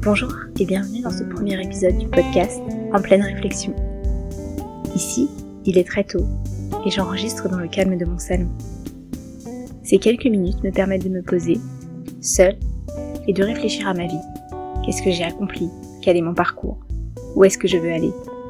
Bonjour et bienvenue dans ce premier épisode du podcast En pleine réflexion. Ici, il est très tôt et j'enregistre dans le calme de mon salon. Ces quelques minutes me permettent de me poser, seule, et de réfléchir à ma vie. Qu'est-ce que j'ai accompli? Quel est mon parcours? Où est-ce que je veux aller?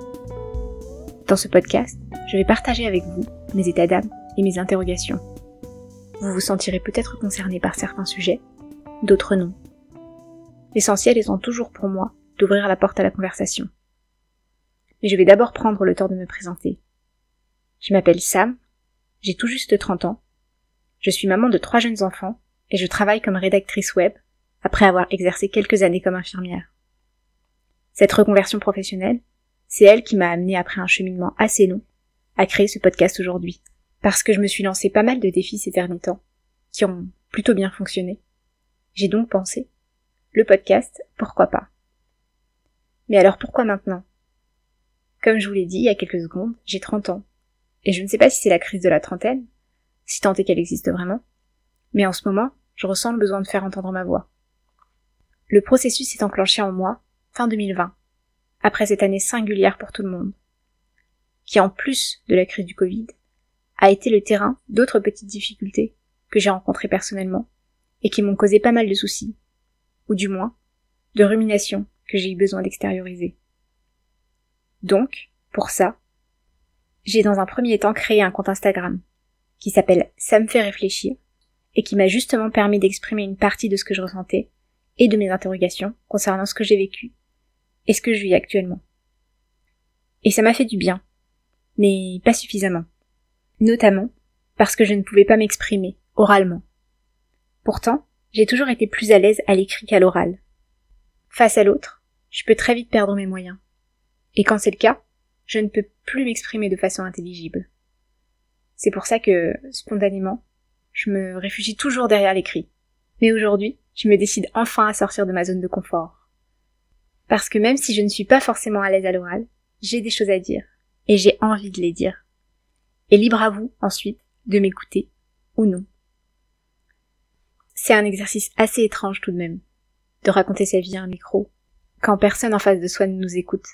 Dans ce podcast, je vais partager avec vous mes états d'âme et mes interrogations. Vous vous sentirez peut-être concerné par certains sujets, d'autres non. L'essentiel étant toujours pour moi d'ouvrir la porte à la conversation. Mais je vais d'abord prendre le temps de me présenter. Je m'appelle Sam, j'ai tout juste 30 ans, je suis maman de 3 jeunes enfants et je travaille comme rédactrice web après avoir exercé quelques années comme infirmière. Cette reconversion professionnelle, c'est elle qui m'a amenée après un cheminement assez long à créer ce podcast aujourd'hui. Parce que je me suis lancé pas mal de défis ces derniers temps, qui ont plutôt bien fonctionné. J'ai donc pensé, le podcast, pourquoi pas? Mais alors pourquoi maintenant? Comme je vous l'ai dit il y a quelques secondes, j'ai 30 ans. Et je ne sais pas si c'est la crise de la trentaine, si tant est qu'elle existe vraiment, mais en ce moment, je ressens le besoin de faire entendre ma voix. Le processus s'est enclenché en moi, fin 2020, après cette année singulière pour tout le monde, qui en plus de la crise du Covid, a été le terrain d'autres petites difficultés que j'ai rencontrées personnellement et qui m'ont causé pas mal de soucis, ou du moins, de ruminations que j'ai eu besoin d'extérioriser. Donc, pour ça, j'ai dans un premier temps créé un compte Instagram qui s'appelle Ça me fait réfléchir et qui m'a justement permis d'exprimer une partie de ce que je ressentais et de mes interrogations concernant ce que j'ai vécu et ce que je vis actuellement. Et ça m'a fait du bien, mais pas suffisamment. Notamment parce que je ne pouvais pas m'exprimer oralement. Pourtant, j'ai toujours été plus à l'aise à l'écrit qu'à l'oral. Face à l'autre, je peux très vite perdre mes moyens. Et quand c'est le cas, je ne peux plus m'exprimer de façon intelligible. C'est pour ça que, spontanément, je me réfugie toujours derrière l'écrit. Mais aujourd'hui, je me décide enfin à sortir de ma zone de confort. Parce que même si je ne suis pas forcément à l'aise à l'oral, j'ai des choses à dire. Et j'ai envie de les dire. Et libre à vous, ensuite, de m'écouter ou non. C'est un exercice assez étrange tout de même, de raconter sa vie à un micro, quand personne en face de soi ne nous écoute.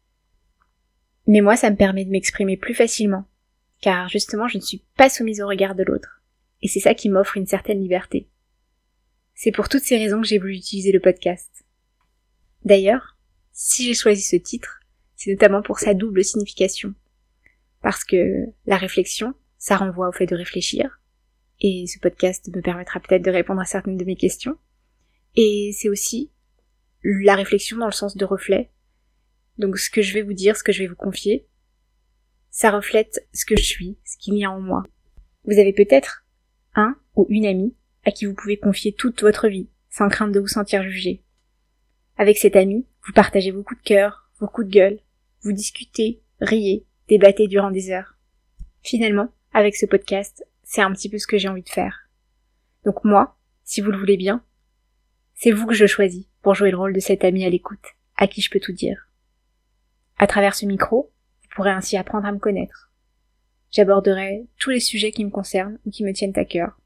Mais moi, ça me permet de m'exprimer plus facilement, car justement, je ne suis pas soumise au regard de l'autre, et c'est ça qui m'offre une certaine liberté. C'est pour toutes ces raisons que j'ai voulu utiliser le podcast. D'ailleurs, si j'ai choisi ce titre, c'est notamment pour sa double signification. Parce que la réflexion, ça renvoie au fait de réfléchir, et ce podcast me permettra peut-être de répondre à certaines de mes questions. Et c'est aussi la réflexion dans le sens de reflet. Donc ce que je vais vous dire, ce que je vais vous confier, ça reflète ce que je suis, ce qu'il y a en moi. Vous avez peut-être un ou une amie à qui vous pouvez confier toute votre vie, sans crainte de vous sentir jugé. Avec cet ami, vous partagez vos coups de cœur, vos coups de gueule, vous discutez, riez, débattez durant des heures. Finalement, avec ce podcast, c'est un petit peu ce que j'ai envie de faire. Donc moi, si vous le voulez bien, c'est vous que je choisis pour jouer le rôle de cet ami à l'écoute, à qui je peux tout dire. À travers ce micro, vous pourrez ainsi apprendre à me connaître. J'aborderai tous les sujets qui me concernent ou qui me tiennent à cœur.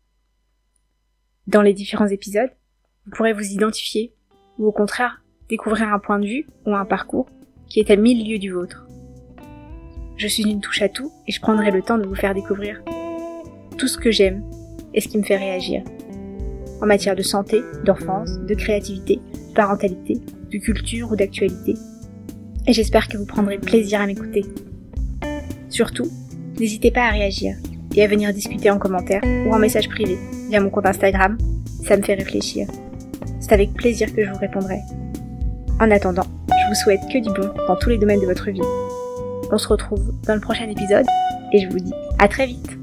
Dans les différents épisodes, vous pourrez vous identifier ou au contraire découvrir un point de vue ou un parcours qui est à 1000 lieues du vôtre. Je suis une touche à tout et je prendrai le temps de vous faire découvrir tout ce que j'aime et ce qui me fait réagir. En matière de santé, d'enfance, de créativité, de parentalité, de culture ou d'actualité. Et j'espère que vous prendrez plaisir à m'écouter. Surtout, n'hésitez pas à réagir et à venir discuter en commentaire ou en message privé via mon compte Instagram, ça me fait réfléchir. C'est avec plaisir que je vous répondrai. En attendant, je vous souhaite que du bon dans tous les domaines de votre vie. On se retrouve dans le prochain épisode et je vous dis à très vite.